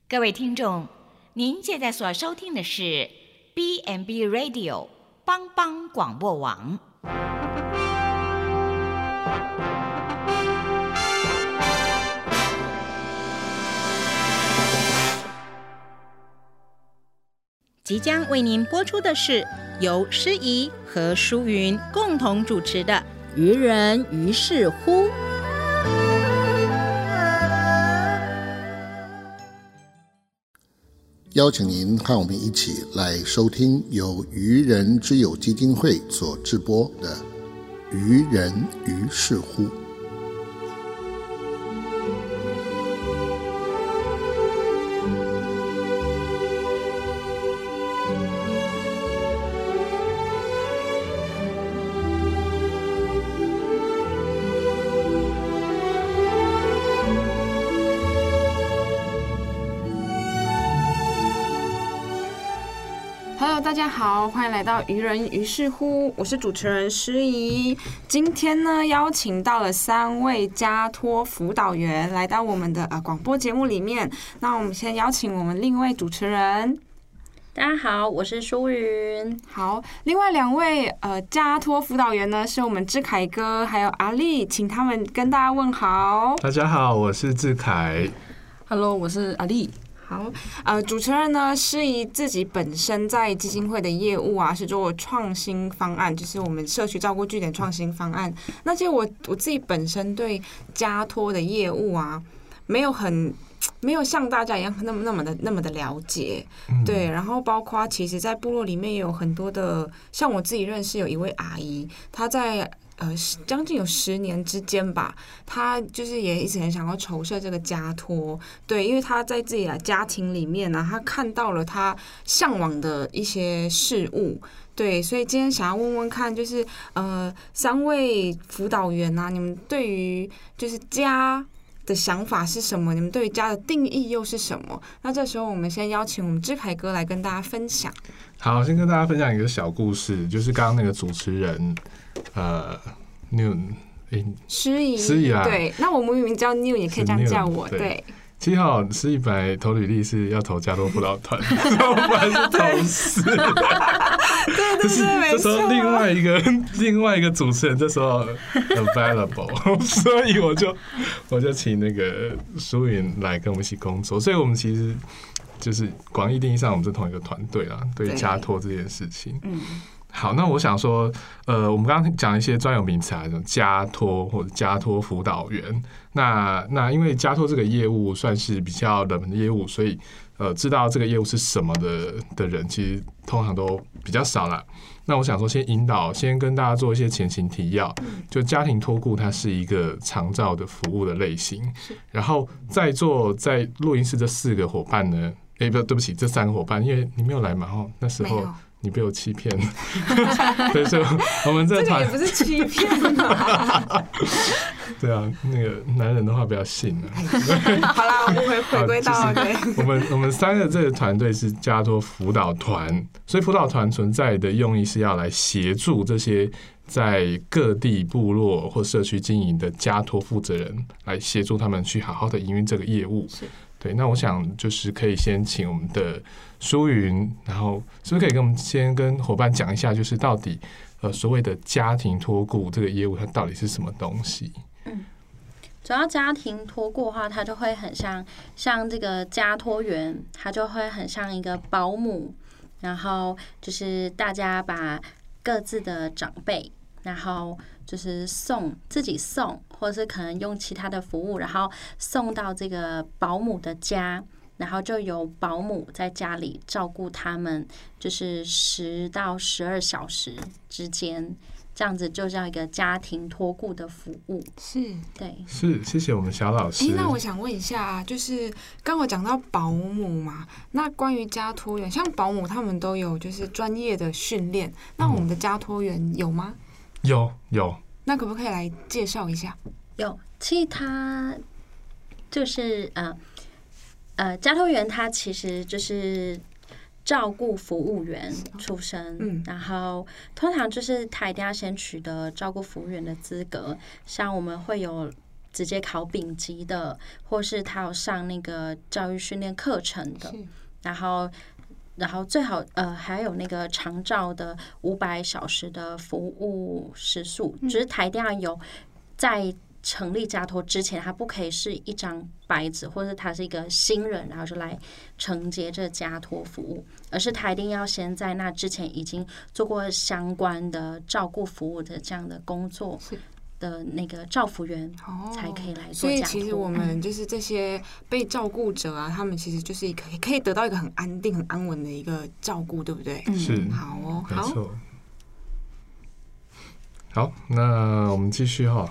各位听众，您现在所收听的是 B&B Radio 帮帮广播网。即将为您播出的是由诗怡和舒云共同主持的《于人于是乎》。 邀请您和我们一起来收听由愚人之友基金会所制播的《愚人于是乎》。 大家好，欢迎来到愚人于是乎，我是主持人诗怡。今天呢，邀请到了3位家托辅导员来到我们的广播节目里面。那我们先邀请我们另一位主持人。 大家好，我是舒云。 好，另外2位家托辅导员呢，是我们志凯哥还有阿丽，请他们跟大家问好。 大家好，我是志凯。 Hello， 我是阿丽。 好，主持人呢，诗怡自己本身在基金会的业务啊，是做创新方案，就是我们社区照顾据点创新方案。那其实我自己本身对家托的业务啊，没有像大家一样那么的了解，对。然后包括其实，在部落里面也有很多的，像我自己认识有一位阿姨，她在将近有10年之间吧，他就是也一直很想要筹设这个家托，对，因为他在自己的家庭里面呢，他看到了他向往的一些事物，对，所以今天想要问问看，就是3位辅导员啊，你们对于就是家的想法是什么？你们对于家的定义又是什么？那这时候我们先邀请我们志凯哥来跟大家分享。 好，先跟大家分享一个小故事，就是刚刚那个主持人Noon 诗怡啦， 对，那我们明明叫 Noon 也可以这样叫我，对。 其实好，诗怡本来投履历是要投家托辅导团，我本来是投4，对，没错。这时候另外一个主持人这时候 available， 所以我就请那个舒云来跟我们一起工作，所以我们其实就是广义定义上我们是同一个团队啦，对家托这件事情。好，那我想说，我们刚刚讲一些专有名词啊，什么家托或者家托辅导员。那因为家托这个业务算是比较冷门的业务，所以知道这个业务是什么的人，其实通常都比较少啦。那我想说，先跟大家做一些前情提要。就家庭托顾，它是一个长照的服务的类型。然后在录音室这4个伙伴呢，对不起，这3个伙伴，因为你没有来嘛，那时候。你被我欺骗了，对，所以我们这团也不是欺骗啊。 对啊，那个男人的话不要信了。 好啦，我们回归到对。 我们3个这个团队是家托辅导团，所以辅导团存在的用意是要来协助这些在各地部落或社区经营的家托负责人，来协助他们去好好的营运这个业务。对，那我想就是可以先请我们的舒云，然后是不是可以跟我们先跟伙伴讲一下，就是到底所谓的家庭托顾这个业务它到底是什么东西？ 主要家庭托顾的话，它就会很像这个家托员，它就会很像一个保姆，然后就是大家把各自的长辈，然后就是自己送，或者是可能用其他的服务，然后送到这个保姆的家，然后就由保姆在家里照顾他们，就是10到12小时之间，这样子就叫一个家庭托顾的服务。 是， 对， 是，谢谢我们小老师。 那我想问一下，就是刚我讲到保姆嘛，那关于家托员，像保姆他们都有就是专业的训练，那我们的家托员有吗？ 有， 那可不可以来介绍一下？ 有，其实他就是家托员，他其实就是照顾服务员出身，然后通常就是他一定要先取得照顾服务员的资格，像我们会有直接考丙级的，或是他有上那个教育训练课程的，然后最好还有那个长照的500小时的服务时数，就是台电有在成立家托之前，他不可以是一张白纸，或者他是一个新人，然后就来承接这家托服务，而是他一定要先在那之前已经做过相关的照顾服务的这样的工作的那个照服员才可以来做家托。 所以其实我们就是这些被照顾者啊，他们其实就是可以得到一个很安定、很安稳的一个照顾，对不对？ 是， 好哦， 没错。好，那我们继续哈。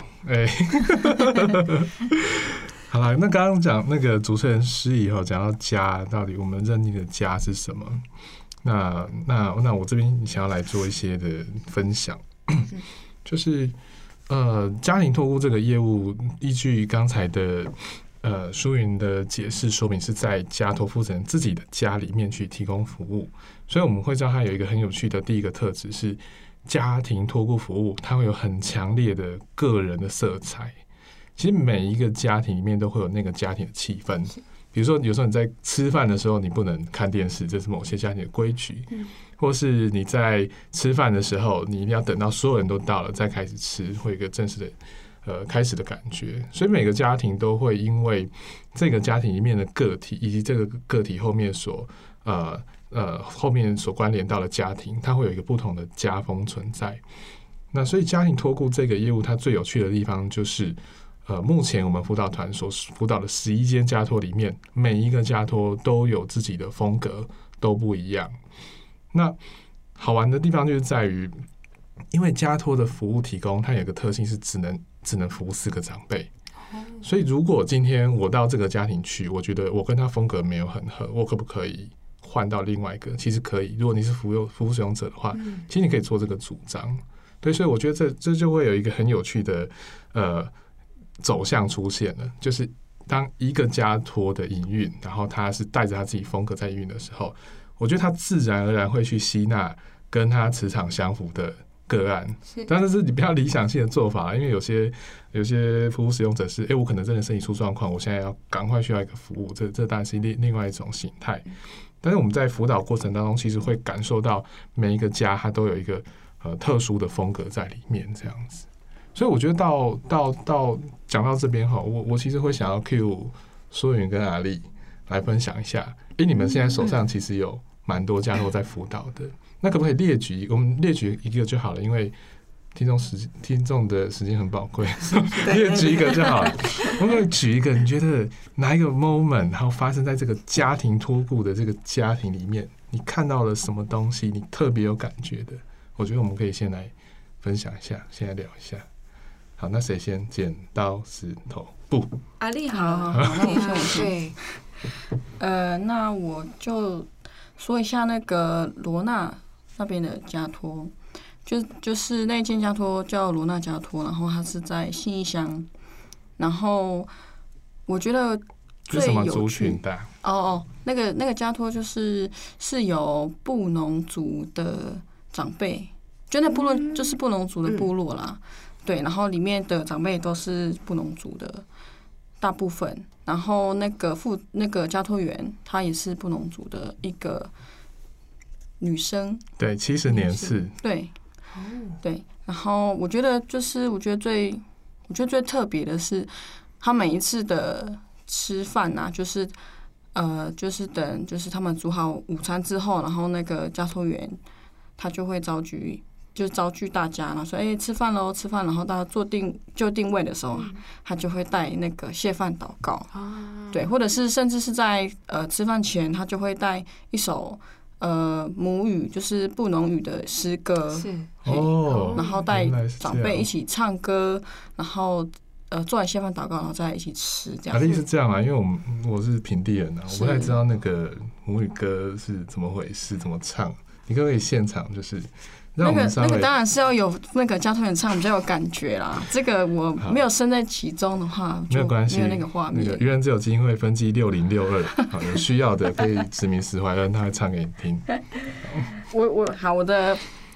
好了，那刚刚讲那个主持人施仪讲到家，到底我们认定的家是什么？那我这边想要来做一些的分享，就是家庭托顾这个业务，依据刚才的淑云的解释说明，是在家托负责人自己的家里面去提供服务，所以我们会知道它有一个很有趣的第一个特质是。家庭托顾服务，它会有很强烈的个人的色彩。其实每一个家庭里面都会有那个家庭的气氛。比如说，有时候你在吃饭的时候，你不能看电视，这是某些家庭的规矩。或是你在吃饭的时候，你一定要等到所有人都到了再开始吃，会有一个正式的开始的感觉。所以每个家庭都会因为这个家庭里面的个体，以及这个个体后面后面所关联到的家庭，它会有一个不同的家风存在。那所以家庭托顾这个业务，它最有趣的地方就是，目前我们辅导团所辅导的11间家托里面，每一个家托都有自己的风格，都不一样。那好玩的地方就是在于，因为家托的服务提供，它有一个特性是只能服务4个长辈。所以如果今天我到这个家庭去，我觉得我跟他风格没有很合，我可不可以换到另外一个？其实可以。如果你是服务使用者的话，其实你可以做这个主张。对，所以我觉得这就会有一个很有趣的走向出现了，就是当一个家托的营运，然后他是带着他自己风格在营运的时候，我觉得他自然而然会去吸纳跟他磁场相符的个案。但是你比较理想性的做法，因为有些服务使用者是，我可能真的身体出状况，我现在要赶快需要一个服务，这当然是另外一种形态。但是我们在辅导过程当中，其实会感受到每一个家它都有一个特殊的风格在里面，这样子。所以我觉得到讲到这边哈，我其实会想要 cue 淑云跟阿丽来分享一下，你们现在手上其实有蛮多家托在辅导的，那可不可以列举？我们列举一个就好了，因为听众的时间很宝贵，列举一个就好了。我们举一个，你觉得哪一个 moment， 然后发生在这个家庭托顾的这个家庭里面，你看到了什么东西，你特别有感觉的？我觉得我们可以先来分享一下，先来聊一下。好，那谁先？剪刀石头布。 阿丽好， 那我先。 对， 那我就说一下那个罗娜那边的家托。就是那间家托叫罗娜家托，然后它是在信义乡，然后我觉得最有趣的那个家托是有布农族的长辈，就那部落就是布农族的部落啦，对，然后里面的长辈都是布农族的大部分，然后那个家托员她也是布农族的一个女生， 对，70年次， 对。对，然后我觉得最特别的是，他每一次的吃饭啊，就是等他们煮好午餐之后，然后那个家托员他就会召集大家，然后说吃饭喽，吃饭，然后大家定位的时候，他就会带那个谢饭祷告，对，或者是甚至是在吃饭前，他就会带一首。母语就是布农语的诗歌，然后带长辈一起唱歌，然后做完谢饭祷告，然后再一起吃，这样。 是这样啊，因为我是平地人啊，我不太知道那个母语歌是怎么回事，怎么唱。你可不可以现场就是让我们稍微那个当然是要有那个家托员唱比较有感觉啦。这个我没有身在其中的话， 没有关系， 没有那个画面。 那个愚人自由基金会分机6062，有需要的可以指名史怀恩，他会唱给你听。 我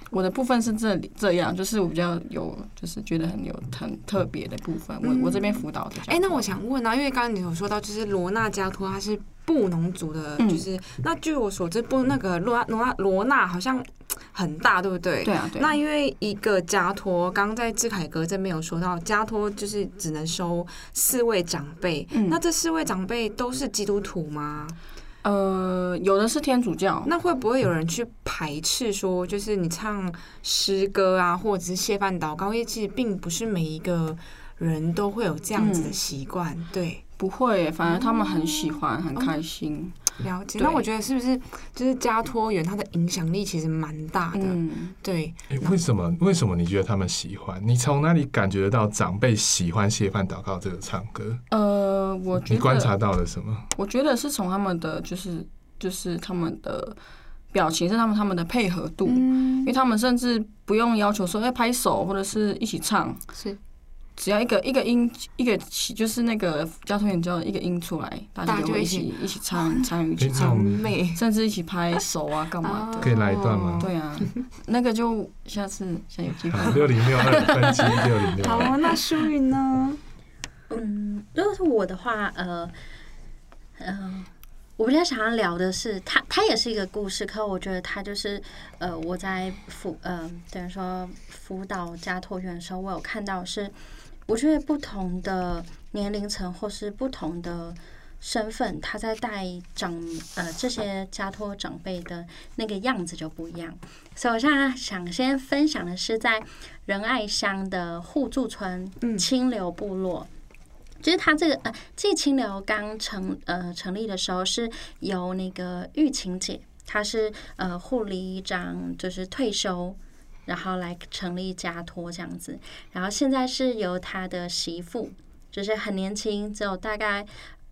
我的部分是这样，就是我比较有，就是觉得很特别的部分。我这边辅导的。 那我想问啊，因为刚刚你有说到，就是罗纳加托他是布农族的，就是那据我所知，那个罗纳好像很大，对不对？ 对啊。 那因为一个家托，刚刚在志凯哥这边有说到，家托就是只能收4位长辈。那这4位长辈都是基督徒吗？ 有的是天主教。 那会不会有人去排斥说，就是你唱诗歌啊，或者是谢饭祷告，因为其实并不是每一个人都会有这样子的习惯，对。 不会，反而他们很喜欢，很开心。 了解。那我觉得是不是就是家托员他的影响力其实蛮大的？对。 为什么你觉得他们喜欢？你从哪里感觉得到长辈喜欢谢饭祷告这个唱歌？ 我觉得你观察到了什么？ 我觉得是从他们的就是他们的表情，是他们的配合度，因为他们甚至不用要求说要拍手或者是一起唱， 是。 只要一个音就是那个家托员叫一个音出来，大家就会一起唱，参与一起唱，甚至一起拍手啊，干嘛的？ 可以来一段吗？ 对啊，那个就下次有机会。 6062分期606。 好，那舒云呢？ 如果是我的话，我比较想要聊的是，它也是一个故事，可我觉得它就是我在等于说辅导家托员的时候，我有看到是。我觉得不同的年龄层或是不同的身份，他在带这些家托长辈的那个样子就不一样。所以我现在想先分享的是在仁爱乡的互助村清流部落。就是他这个清流刚成立的时候，是由那个玉琴姐，她是护理长，就是退休。然后来成立家托这样子，然后现在是由他的媳妇，就是很年轻，只有大概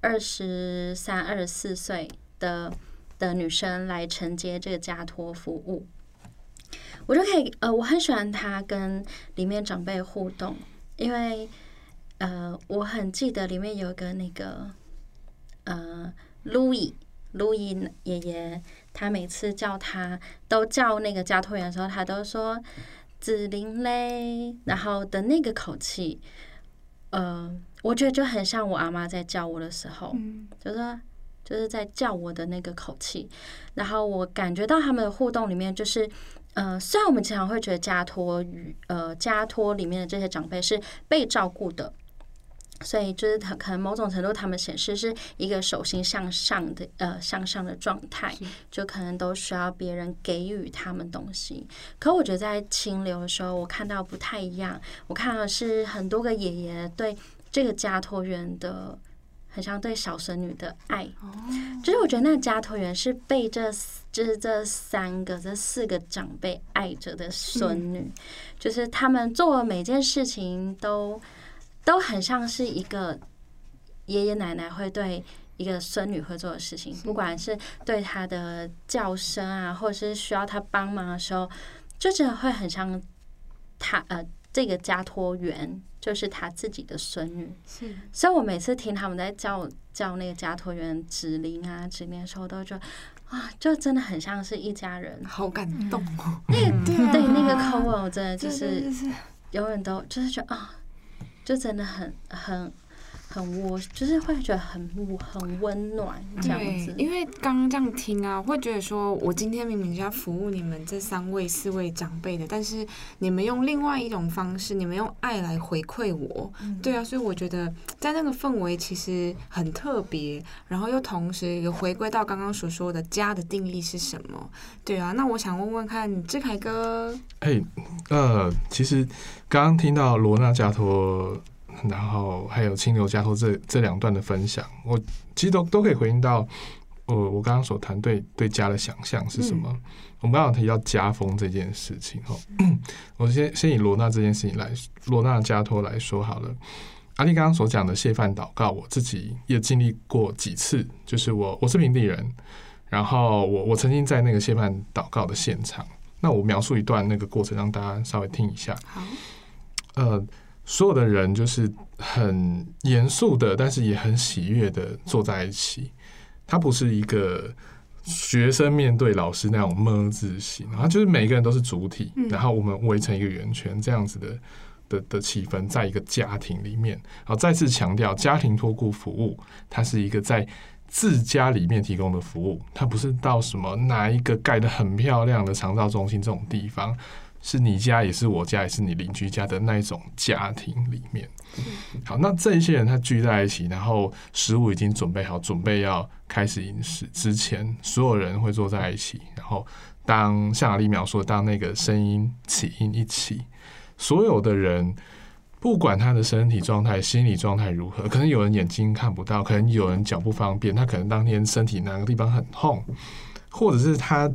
23、24岁的女生来承接这个家托服务。我就可以我很喜欢他跟里面长辈互动，因为我很记得里面有一个那个路易爷爷。他每次都叫那个家托员的时候，他都说子玲嘞，然后的那个口气，我觉得就很像我阿妈在叫我的时候，就是在叫我的那个口气。然后我感觉到他们的互动里面，就是虽然我们经常会觉得家托里面的这些长辈是被照顾的。所以就是可能某种程度，他们显示是一个手心向上的状态，就可能都需要别人给予他们东西。可我觉得在清流的时候，我看到不太一样。我看到的是很多个爷爷对这个家托员的，很像对小孙女的爱。就是我觉得那个家托员是被这4个长辈爱着的孙女，就是他们做每件事情都很像是一个爷爷奶奶会对一个孙女会做的事情，不管是对她的叫声啊，或者是需要她帮忙的时候，就真的会很像她这个家托员就是她自己的孙女。所以我每次听他们在叫那个家托员指令的时候，都觉得就真的很像是一家人， 好感动哦。 对那个口吻，我真的就是永远都就是觉得就真的很就是会觉得很温暖这样子。 因为刚刚这样听啊，会觉得说我今天明明就要服务你们这3位4位长辈的，但是你们用另外一种方式，你们用爱来回馈我。对啊，所以我觉得在那个氛围其实很特别，然后又同时有回归到刚刚所说的家的定义是什么。对啊，那我想问问看志凯哥， 其实刚刚听到罗纳家托，然后还有清流家托这2段的分享，我其实都可以回应到我刚刚所谈对家的想象是什么。我们刚刚提到家风这件事情我先以罗纳这件事情罗纳家托来说好了。阿丽刚刚所讲的谢饭祷告，我自己也经历过几次，就是我是平地人，然后我曾经在那个谢饭祷告的现场。那我描述一段那个过程，让大家稍微听一下。 好， 所有的人就是很严肃的，但是也很喜悦的坐在一起。它不是一个学生面对老师那种么字形，然后就是每个人都是主体，然后我们围成一个圆圈这样子的气氛，在一个家庭里面。好，再次强调，家庭托顾服务，它是一个在自家里面提供的服务，它不是到什么哪一个盖得很漂亮的长照中心这种地方，是你家也是我家也是你邻居家的那一种家庭里面。好，那这一些人他聚在一起，然后食物已经准备好，准备要开始饮食之前，所有人会坐在一起，然后当像阿丽描述的，当那个声音起音一起，所有的人不管他的身体状态、心理状态如何，可能有人眼睛看不到，可能有人脚不方便，他可能当天身体哪个地方很痛，或者是他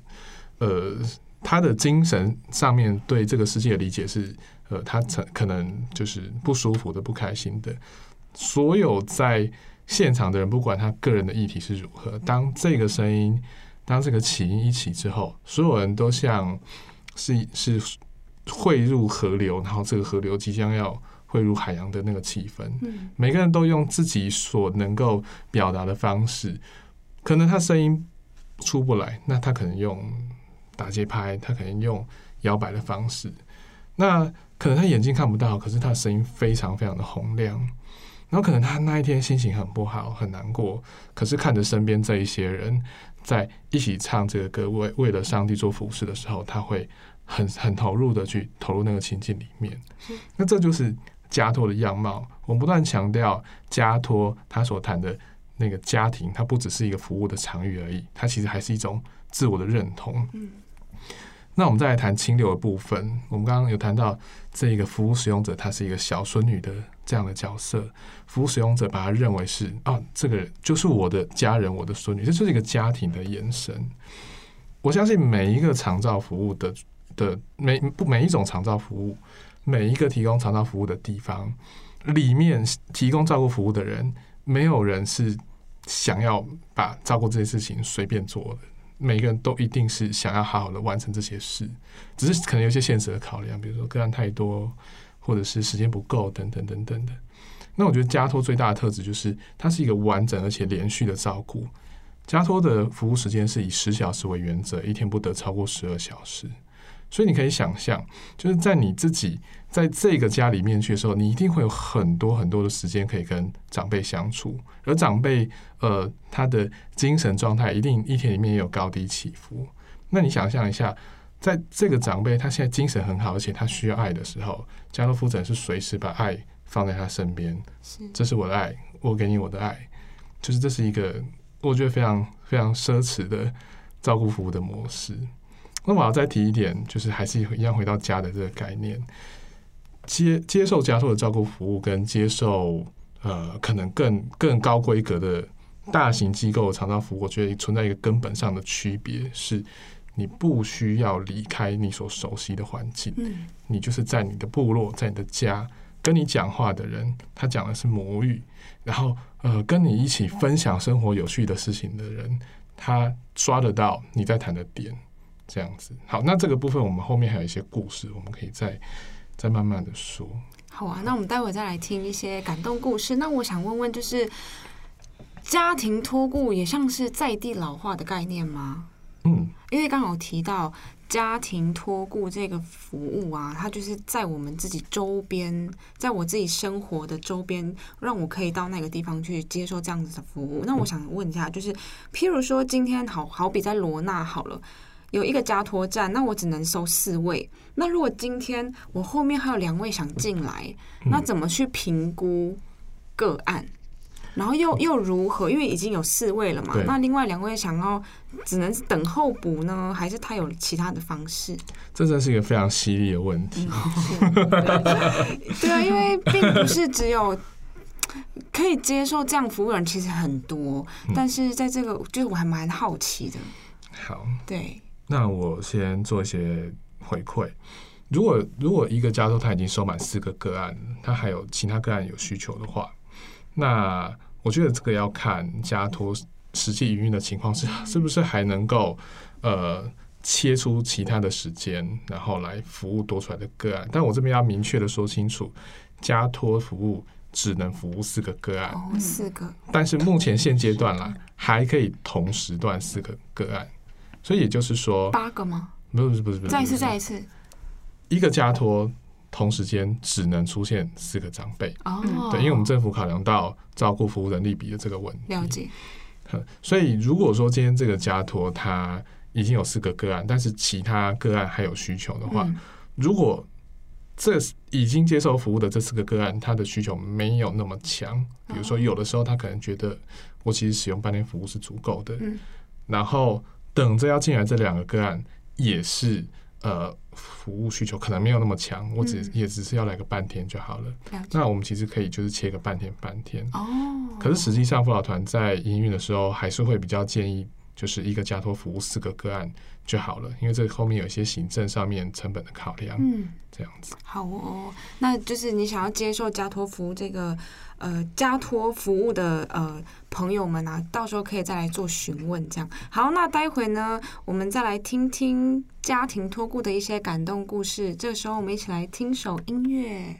的精神上面对这个世界的理解是他可能就是不舒服的、不开心的。所有在现场的人，不管他个人的议题是如何，当这个声音、当这个起音一起之后，所有人都像是汇入河流，然后这个河流即将要汇入海洋的那个气氛。每个人都用自己所能够表达的方式，可能他声音出不来，那他可能用打节拍，他可能用摇摆的方式，那可能他眼睛看不到，可是他的声音非常非常的洪亮。然后可能他那一天心情很不好，很难过，可是看着身边这一些人在一起唱这个歌，为了上帝做服事的时候，他会很投入的去投入那个情境里面。那这就是家托的样貌。我们不断强调家托他所谈的那个家庭，它不只是一个服务的场域而已，它其实还是一种自我的认同。那我们再来谈清流的部分，我们刚刚有谈到这一个服务使用者，他是一个小孙女的这样的角色，服务使用者把他认为是这个就是我的家人，我的孙女，这就是一个家庭的延伸。我相信每一个长照服务的每一种长照服务，每一个提供长照服务的地方里面提供照顾服务的人，没有人是想要把照顾这些事情随便做的，每个人都一定是想要好好的完成这些事，只是可能有一些现实的考量，比如说个案太多，或者是时间不够等等等等的。那我觉得家托最大的特质就是它是一个完整而且连续的照顾。家托的服务时间是以10小时为原则，一天不得超过12小时。所以你可以想象，就是在你自己在这个家里面去的时候，你一定会有很多很多的时间可以跟长辈相处，而长辈他的精神状态一定一天里面也有高低起伏。那你想象一下，在这个长辈他现在精神很好，而且他需要爱的时候，家托夫诊是随时把爱放在他身边，这是我的爱，我给你我的爱，就是这是一个我觉得非常非常奢侈的照顾服务的模式。那我要再提一点，就是还是一样回到家的这个概念，接受家托的照顾服务跟接受可能更高规格的大型机构的长照服务，我觉得存在一个根本上的区别，是你不需要离开你所熟悉的环境，你就是在你的部落，在你的家，跟你讲话的人，他讲的是母语，然后跟你一起分享生活有趣的事情的人，他抓得到你在谈的点。这样子，好，那这个部分我们后面还有一些故事，我们可以再慢慢的说。 好啊，那我们待会再来听一些感动故事。那我想问问，就是家庭托顾也像是在地老化的概念吗？因为刚好提到家庭托顾这个服务啊，它就是在我们自己周边，在我自己生活的周边，让我可以到那个地方去接受这样子的服务。那我想问一下，就是譬如说今天好比在罗纳好了，有一个家托站，那我只能收4位。那如果今天我后面还有2位想进来，那怎么去评估个案？然后又如何？因为已经有4位了嘛，那另外2位想要只能等候补呢，还是他有其他的方式？ 这真是一个非常犀利的问题。 对啊，因为并不是只有可以接受这样服务的人，其实很多，但是在这个就是我还蛮好奇的。 好， 对。 那我先做一些回馈。如果一个家托他已经收满4个个案，他还有其他个案有需求的话，那我觉得这个要看家托实际营运的情况是不是还能够切出其他的时间，然后来服务多出来的个案。但我这边要明确的说清楚，家托服务只能服务4个个案，4个。但是目前现阶段啦， 还可以同时段4个个案，所以也就是说 8个吗？ 不是， 再一次， 一个家托同时间只能出现4个长辈。 哦， 对，因为我们政府考量到照顾服务人力比的这个问题。 了解。 所以如果说今天这个家托它已经有4个个案，但是其他个案还有需求的话，如果这已经接受服务的这4个个案，他的需求没有那么强，比如说有的时候他可能觉得我其实使用半天服务是足够的，然后等着要进来这2个个案也是服务需求可能没有那么强，我也只是要来个半天就好了。那我们其实可以就是切个半天。可是实际上辅导团在营运的时候还是会比较建议，就是一个家托服务4个个案就好了，因为这后面有一些行政上面成本的考量。这样子。 好哦，那就是你想要接受家托服务这个家托服务的朋友们啊，到时候可以再来做询问这样。好，那待会呢，我们再来听听家庭托顾的一些感动故事。这个时候我们一起来听首音乐。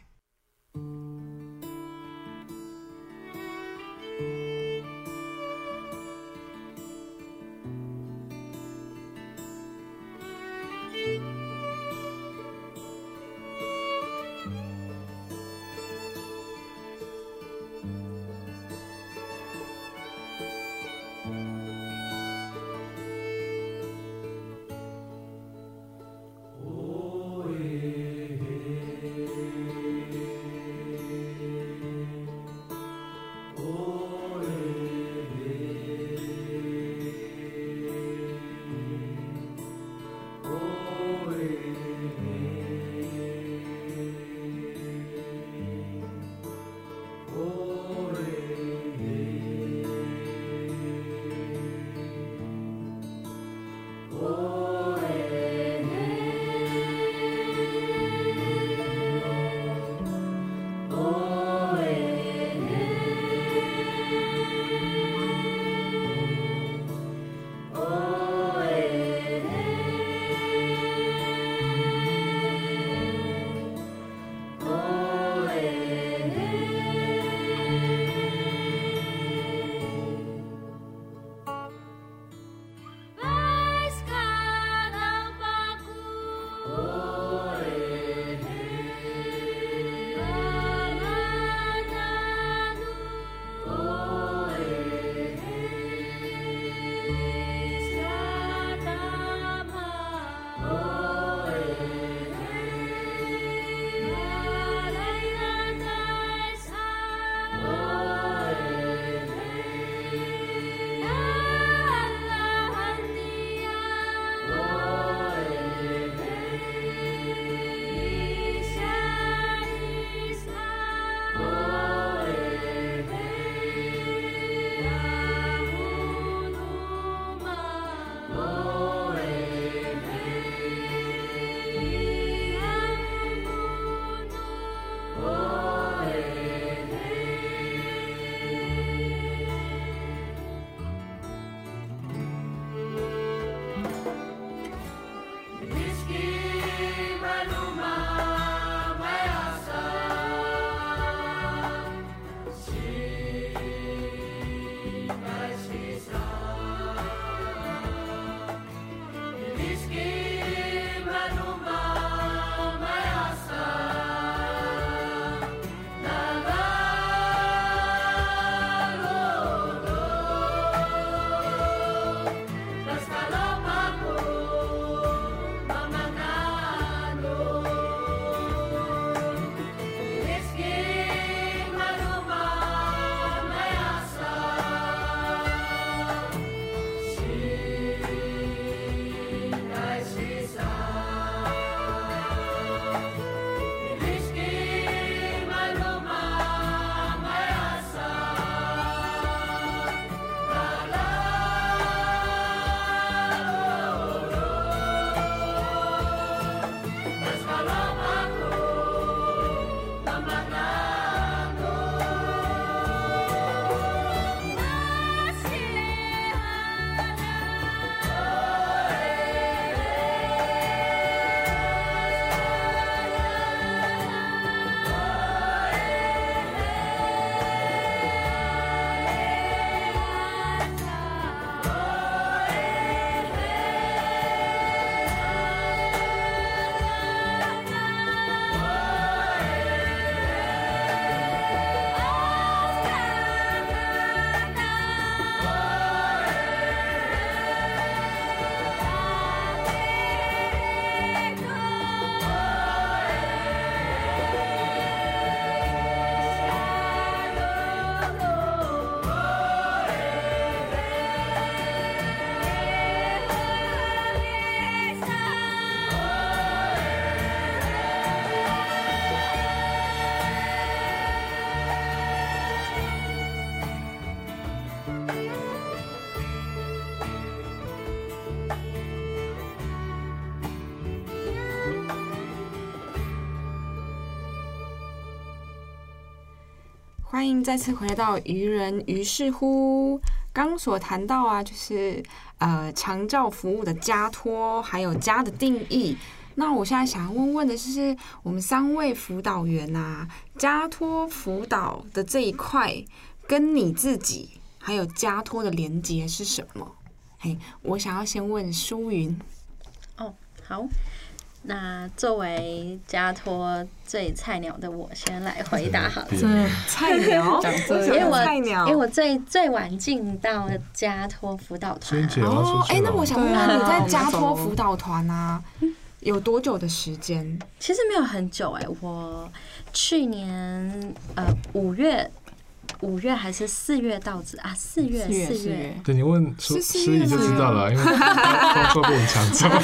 欢迎再次回到愚人于是乎。刚所谈到啊，就是长照服务的家托，还有家的定义。那我现在想要问的是，我们3位辅导员啊，家托辅导的这一块，跟你自己还有家托的连结是什么？我想要先问舒云。 好。那作为家托最菜鸟的我，先来回答好了。 菜鸟， 因为我最晚进到家托辅导团。 那我想问你在家托辅导团啊，有多久的时间？ 其实没有很久我去年5月还是4月到职啊？4月。 对，你问诗怡就知道了，因为会不会很强壮？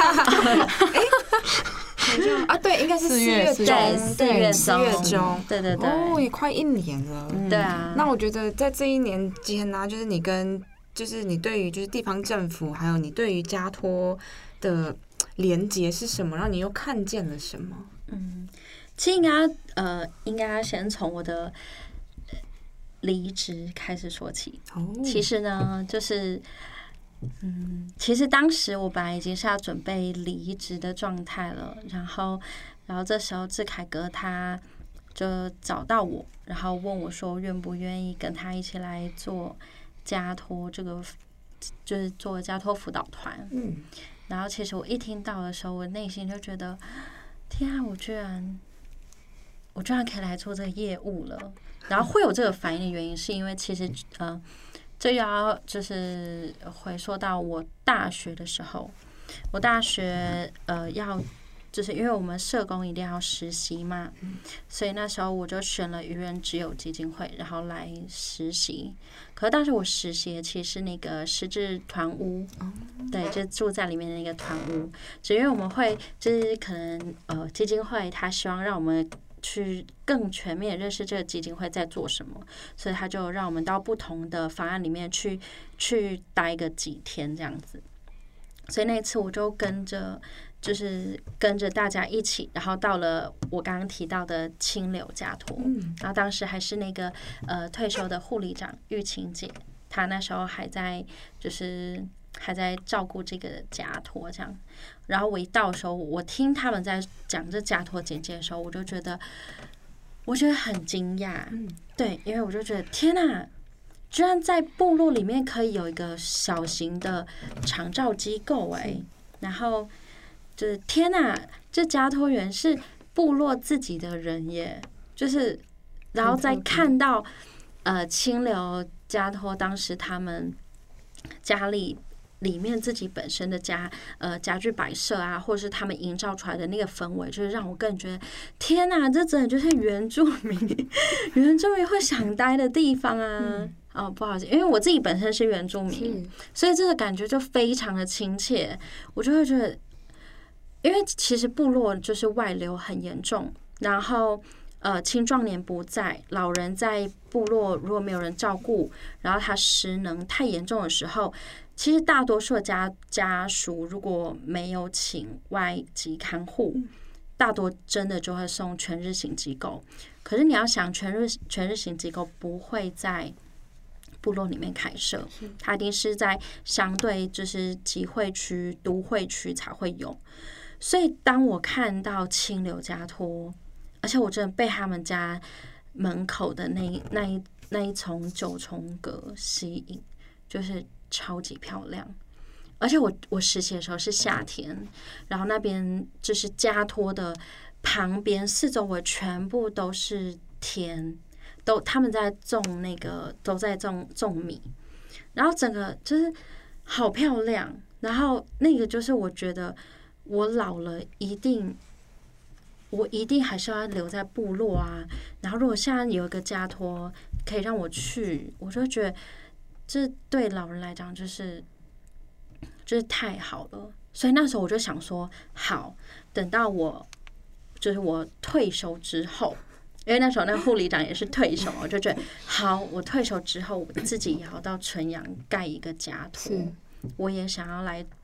对，应该是4月中， 对，4月中， 对， 也快1年了。 对啊。 那我觉得在这1年间呢，就是你对于就是地方政府，还有你对于家托的连结是什么？让你又看见了什么？ 其实应该先从我的离职开始说起。其实呢，就是其实当时我本来已经是要准备离职的状态了，然后这时候志凯哥他就找到我，然后问我说愿不愿意跟他一起来做家托就是做家托辅导团。然后其实我一听到的时候，我内心就觉得天啊，我居然可以来做这个业务了。然后会有这个反应的原因，是因为其实这要就是回溯到我大学的时候，我大学就是因为我们社工一定要实习嘛，所以那时候我就选了愚人之友基金会，然后来实习。可是当时我实习的其实是那个失智团屋，对，就住在里面的那个团屋。只因为我们会就是可能基金会他希望让我们去更全面认识这个基金会在做什么，所以他就让我们到不同的方案里面去待个几天这样子。所以那一次我就跟着大家一起，然后到了我刚刚提到的清流家托，然后当时还是那个退休的护理长玉琴姐，她那时候还在照顾这个家托这样。然后我一到的时候，我听他们在讲这家托简介的时候，我觉得很惊讶，对，因为我就觉得天哪，居然在部落里面可以有一个小型的长照机构然后就是天哪，这家托员是部落自己的人耶，就是然后再看到清流家托当时他们家里面自己本身的家具摆设啊，或者是他们营造出来的那个氛围，就是让我更觉得天哪，这真的就是原住民会想待的地方啊。不好意思，因为我自己本身是原住民，所以这个感觉就非常的亲切。我就会觉得，因为其实部落就是外流很严重，然后青壮年不在，老人在部落如果没有人照顾，然后他失能太严重的时候，其实大多数的家属如果没有请外籍看护，大多真的就会送全日型机构。可是你要想，全日型机构不会在部落里面开设，它一定是在相对就是集会区、都会区才会有。所以当我看到清流家托，而且我真的被他们家门口的那一丛9重阁吸引，就是超级漂亮。而且我实习的时候是夏天，然后那边就是家托的旁边四周围全部都是田，他们在种都在种米，然后整个就是好漂亮。然后那个就是我觉得我老了我一定还是要留在部落啊。然后如果现在有一个家托可以让我去，我就觉得这对老人来讲就是太好了。所以那时候我就想说，好，等到我退休之后，因为那时候那个护理长也是退休，我就觉得好，我退休之后我自己也要到纯阳盖一个家托，我也想要来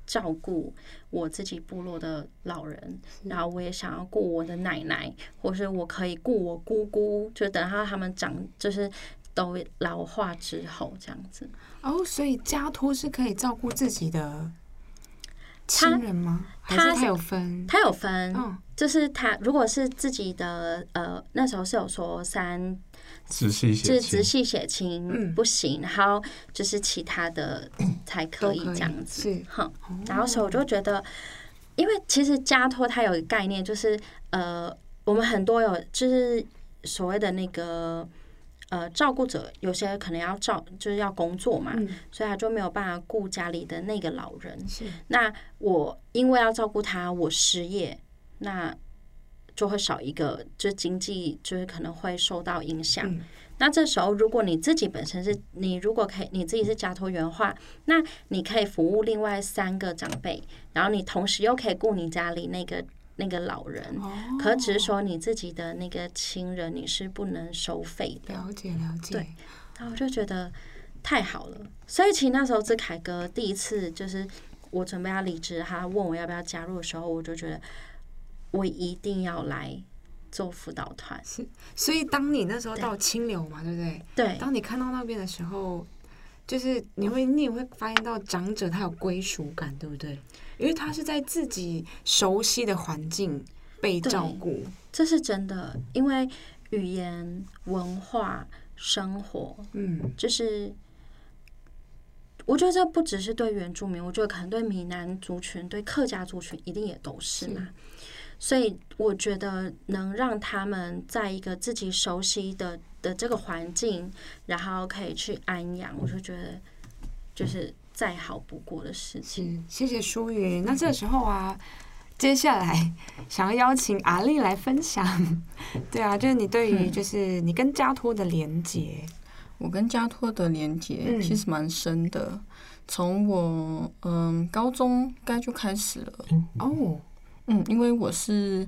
照顾我自己部落的老人，然后我也想要顾我的奶奶，或是我可以顾我姑姑，就等到他们就是都老化之后这样子。 哦，所以家托是可以照顾自己的亲人吗？还是他有分？ 他有分，就是他如果是自己的那时候是有说直系血亲不行，然后就是其他的才可以这样子。然后所以我就觉得，因为其实家托它有一个概念，就是我们很多有就是所谓的那个照顾者，有些可能就是要工作嘛，所以他就没有办法顾家里的那个老人。那我因为要照顾他，我失业，那就会少一个，就经济就是可能会受到影响。那这时候，如果你自己本身你如果可以你自己是家托员的话，那你可以服务另外3个长辈，然后你同时又可以顾你家里那个老人，可只是说你自己的那个亲人你是不能收费的。 了解。 对，然后我就觉得太好了。所以其实那时候志凯哥第一次就是我准备要离职，他问我要不要加入的时候，我就觉得我一定要来做辅导团。 所以当你那时候到清流嘛，对不对？ 对。 当你看到那边的时候，就是你也会发现到长者他有归属感，对不对？因为他是在自己熟悉的环境被照顾， 这是真的。因为语言、文化、生活，就是我觉得这不只是对原住民，我觉得可能对闽南族群、对客家族群一定也都是嘛。所以我觉得能让他们在一个自己熟悉的这个环境，然后可以去安养，我就觉得就是再好不过的事情。 谢谢舒云。那这个时候啊，接下来想要邀请阿丽来分享，对啊，就是你对于就是你跟家托的连结。 我跟家托的连结其实蛮深的，从我高中该就开始了。因为我是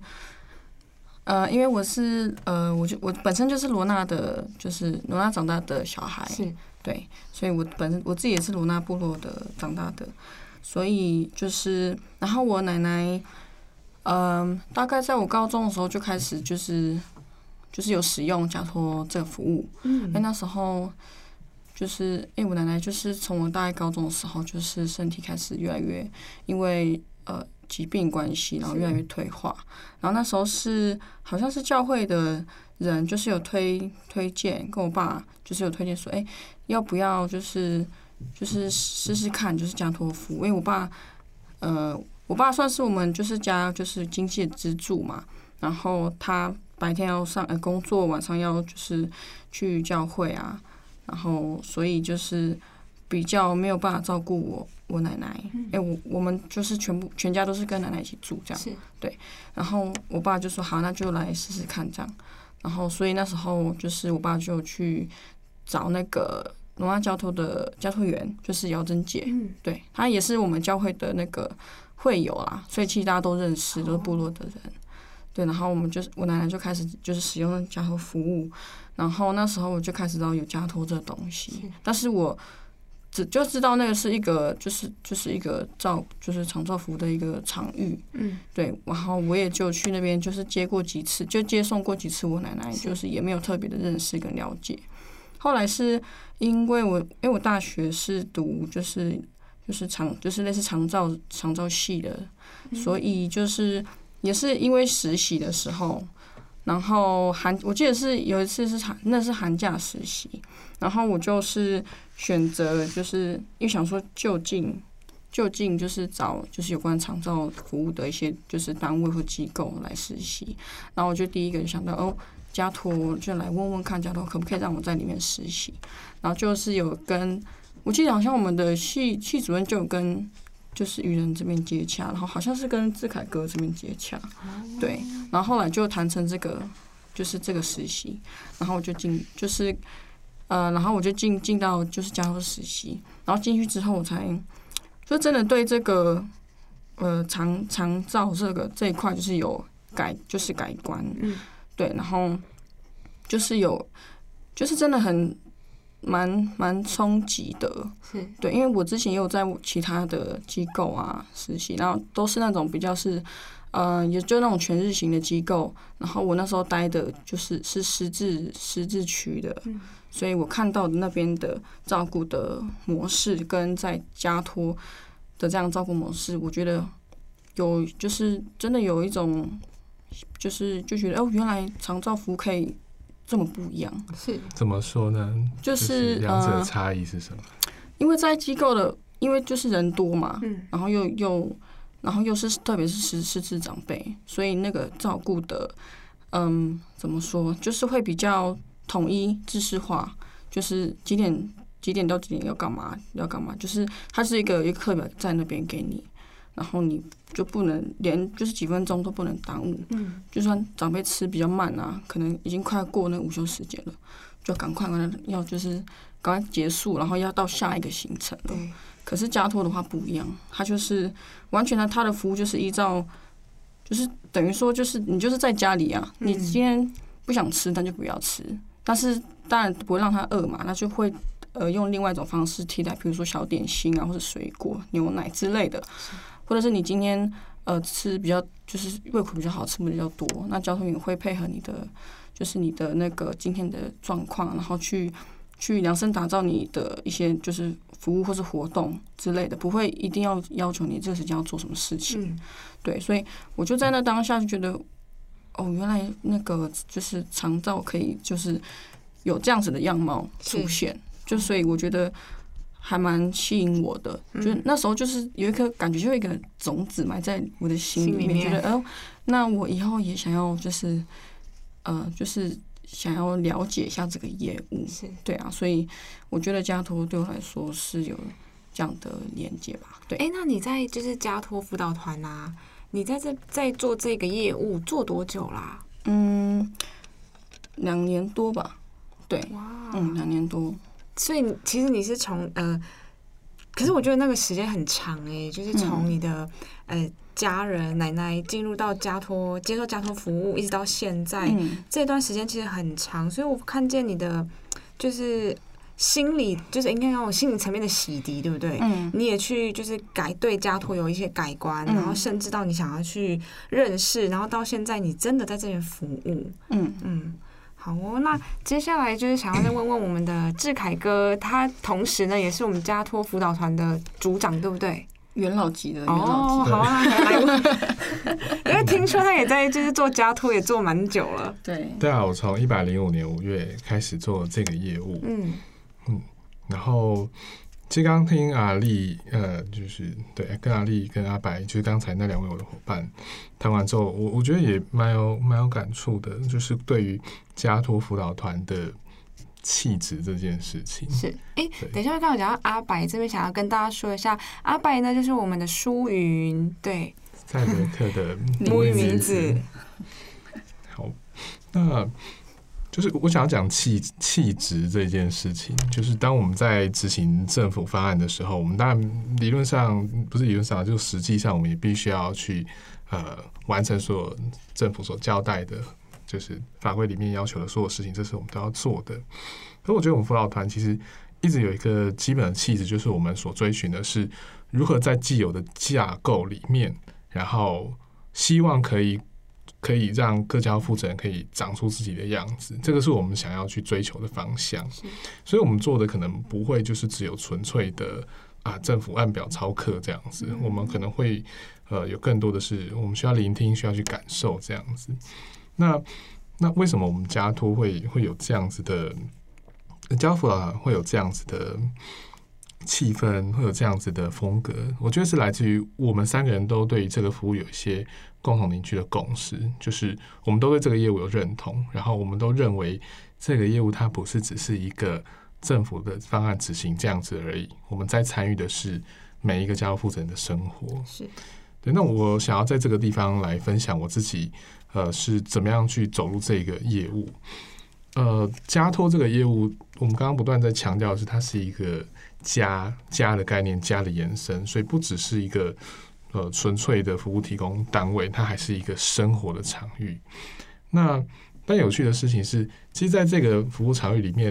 我本身就是罗纳的，就是罗纳长大的小孩，对，所以我自己也是罗纳部落的长大的，所以就是然后我奶奶大概在我高中的时候就开始就是有使用家托这个服务，因为那时候就是我奶奶就是从我大概高中的时候就是身体开始越来越因为疾病关系，然后越来越退化。然后那时候好像是教会的人就是有推荐，跟我爸就是有推荐说，要不要就是试试看，就是家托服务。因为我爸算是我们就是家就是经济的支柱嘛。然后他白天要上工作，晚上要就是去教会啊，然后所以就是比较没有办法照顾我奶奶，我们就是全家都是跟奶奶一起住这样，对。然后我爸就说好，那就来试试看这样。然后所以那时候就是我爸就去找那个罗纳家托的家托员，就是姚珍姐，对，她也是我们教会的那个会友啦，所以其实大家都认识，都是部落的人，对。然后我奶奶就开始就是使用家托服务，然后那时候我就开始知道有家托这东西，但是我就知道那个是一个就是一个就是长照服务的一个场域，对。然后我也就去那边就是接送过几次我奶奶，就是也没有特别的认识跟了解。后来是因为我大学是读就是类似长照系的，所以就是也是因为实习的时候，然后我记得是有一次那是寒假实习，然后我就是选择就是因为想说就近就是找就是有关长照服务的一些就是单位或机构来实习，然后我就第一个就想到家托，就来问问看家托可不可以让我在里面实习，然后就是有我记得好像我们的系主任就有跟就是渔人这边接洽，然后好像是跟志凯哥这边接洽，对。然后后来就谈成这个实习，然后我就然后我就进到就是家托实习，然后进去之后我才就真的对这个长照这一块就是有改观，对。然后就是真的很蛮冲击的， 是对，因为我之前也有在其他的机构啊实习，然后都是那种比较是，也就那种全日型的机构，然后我那时候待的就是失智区的，所以我看到的那边的照顾的模式跟在家托的这样照顾模式，我觉得就是真的有一种，就觉得原来长照服务可以这么不一样。 是怎么说呢？ 就是两者的差异是什么？ 因为在机构的，因为就是人多嘛，然后又是特别是失智长辈，所以那个照顾的，怎么说，就是会比较统一制式化，就是几点到几点要干嘛，就是它是一个课表在那边给你，然后你就不能连就是几分钟都不能耽误，就算长辈吃比较慢啊，可能已经快过那午休时间了，就赶快要就是赶快结束，然后要到下一个行程了。可是家托的话不一样，它就是完全它的服务就是依照，就是等于说就是你就是在家里啊，你今天不想吃那就不要吃，但是当然不会让他饿嘛，那就会用另外一种方式替代，比如说小点心啊，或者水果、牛奶之类的，或者是你今天吃比较就是胃口比较好，吃比较多，那交通员会配合你的就是你的那个今天的状况，然后去量身打造你的一些就是服务或是活动之类的，不会一定要求你这个时间要做什么事情。对，所以我就在那当下就觉得，原来那个就是长照可以就是有这样子的样貌出现，就所以我觉得还蛮吸引我的。就那时候就是有一颗感觉，就有一个种子埋在我的心里面，觉得那我以后也想要就是想要了解一下这个业务，对啊，所以我觉得家托对我来说是有这样的连接吧。对， 那你在就是家托辅导团啊，你在做这个业务做多久啦 ？2年多吧。对， 哇 ，2年多。 所以其实你是从可是我觉得那个时间很长就是从你的家人奶奶进入到接受家托服务，一直到现在，这段时间其实很长，所以我看见你的就是心理，就是应该要有心理层面的洗涤，对不对？你也去就是对家托有一些改观，然后甚至到你想要去认识，然后到现在你真的在这边服务，好哦，那接下来就是想要再问问我们的志凯哥，他同时呢也是我们家托辅导团的组长，对不对？ 元老级的好啊，来问，因为听说他也在就是做家托也做蛮久了。 对啊，我从105年5月开始做这个业务，然后其实刚刚听阿丽，就是对，跟阿丽跟阿白，就是刚才那2位我的伙伴谈完之后，我觉得也蛮有感触的，就是对于家托辅导团的气质这件事情。 是，等一下刚刚讲到阿白这边，想要跟大家说一下，阿白呢就是我们的舒云，对， 赛德克的母语名字。 好，那就是我想要讲气质这件事情，就是当我们在执行政府方案的时候，我们当然理论上不是理论上，就实际上我们也必须要去完成所有政府所交代的。就是法规里面要求的所有事情，这是我们都要做的。可我觉得我们辅导团其实一直有一个基本的气质，就是我们所追寻的是如何在既有的架构里面，然后希望可以让各家负责人可以长出自己的样子，这个是我们想要去追求的方向。所以我们做的可能不会就是只有纯粹的政府按表操课这样子，我们可能会有更多的是我们需要聆听，需要去感受这样子。那为什么我们家托会有这样子的家托辅导团会有这样子的气氛，会有这样子的风格？我觉得是来自于我们3个人都对于这个服务有一些共同凝聚的共识，就是我们都对这个业务有认同，然后我们都认为这个业务它不是只是一个政府的方案执行这样子而已，我们在参与的是每一个家托负责人的生活。 是， 对。那我想要在这个地方来分享我自己。是怎么样去走入这个业务？家托这个业务，我们刚刚不断在强调的是，它是一个家的概念，家的延伸，所以不只是一个纯粹的服务提供单位，它还是一个生活的场域。但有趣的事情是，其实在这个服务场域里面，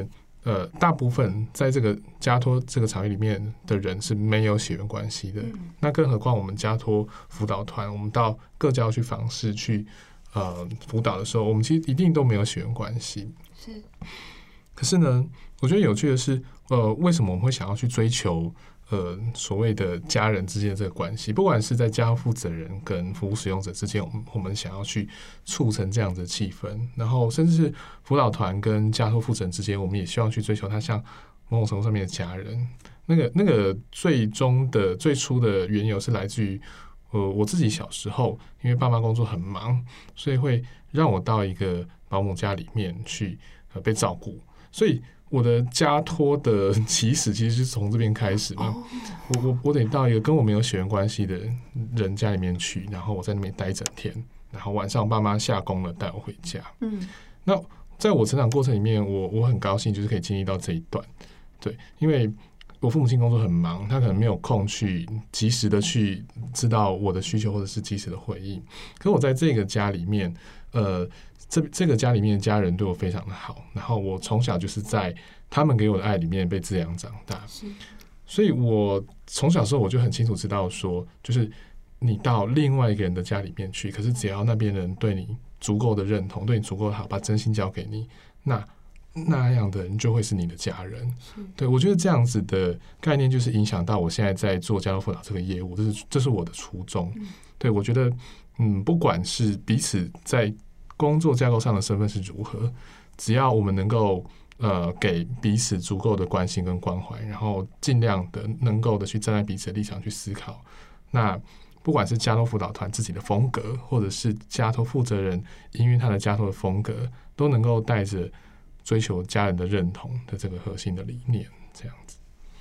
大部分在这个家托这个场域里面的人是没有血缘关系的。那更何况我们家托辅导团，我们到各教区访视去辅导的时候，我们其实一定都没有血缘关系。 是。 可是呢，我觉得有趣的是，为什么我们会想要去追求所谓的家人之间的这个关系？不管是在家负责人跟服务使用者之间，我们想要去促成这样子的气氛，然后甚至是辅导团跟家托负责人之间，我们也希望去追求他像某种程度上面的家人。那个最初的缘由是来自于我自己小时候，因为爸妈工作很忙，所以会让我到一个保姆家里面去被照顾。所以我的家托的起始其实是从这边开始嘛。我得到一个跟我没有血缘关系的人家里面去，然后我在那边待一整天，然后晚上我爸妈下工了带我回家。那在我成长过程里面，我很高兴就是可以经历到这一段。对，因为我父母亲工作很忙，他可能没有空去及时的去知道我的需求或者是及时的回应。可我在这个家里面，这个家里面的家人对我非常的好，然后我从小就是在他们给我的爱里面被滋养长大。所以我从小时候我就很清楚知道说，就是你到另外一个人的家里面去，可是只要那边人对你足够的认同，对你足够的好，把真心交给你，那样的人就会是你的家人。对，我觉得这样子的概念就是影响到我现在在做家托辅导这个业务，这是我的初衷。对，我觉得不管是彼此在工作架构上的身份是如何，只要我们能够给彼此足够的关心跟关怀，然后尽量的能够的去站在彼此的立场去思考，那不管是家托辅导团自己的风格，或者是家托负责人因为他的家托的风格，都能够带着追求家人的认同的这个核心的理念，这样子。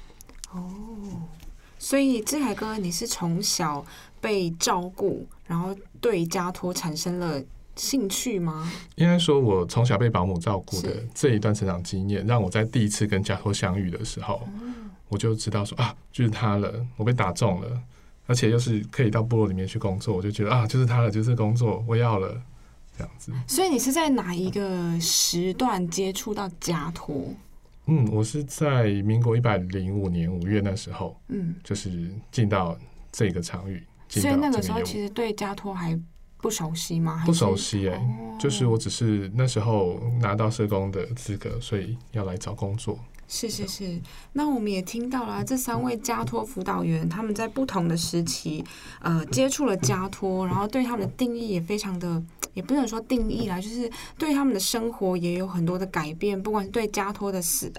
所以志凯哥，你是从小被照顾，然后对家托产生了兴趣吗？ 应该说，我从小被保姆照顾的这一段成长经验，让我在第一次跟家托相遇的时候，我就知道说就是他了，我被打中了，而且又是可以到部落里面去工作，我就觉得就是他了，就是工作，我要了，这样子。 所以你是在哪一个时段接触到家托？ 我是在民国105年5月那时候，就是进到这个场域。 所以那个时候其实对家托还不熟悉吗？ 不熟悉就是我只是那时候拿到社工的资格，所以要来找工作。 是。那我们也听到了这3位家托辅导员，他们在不同的时期接触了家托，然后对他们的定义也非常的，也不能说定义啦，就是对他们的生活也有很多的改变，不管是对家托的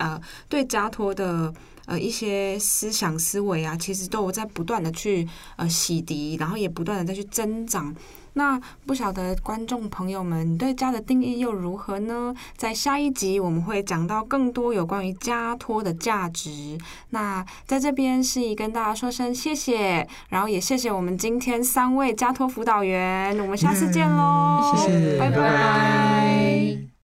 一些思想思维啊，其实都有在不断的去洗涤，然后也不断的再去增长。那不晓得观众朋友们对家的定义又如何呢？在下一集我们会讲到更多有关于家托的价值。那在这边是以跟大家说声谢谢，然后也谢谢我们今天3位家托辅导员，我们下次见喽， 谢谢， 拜拜。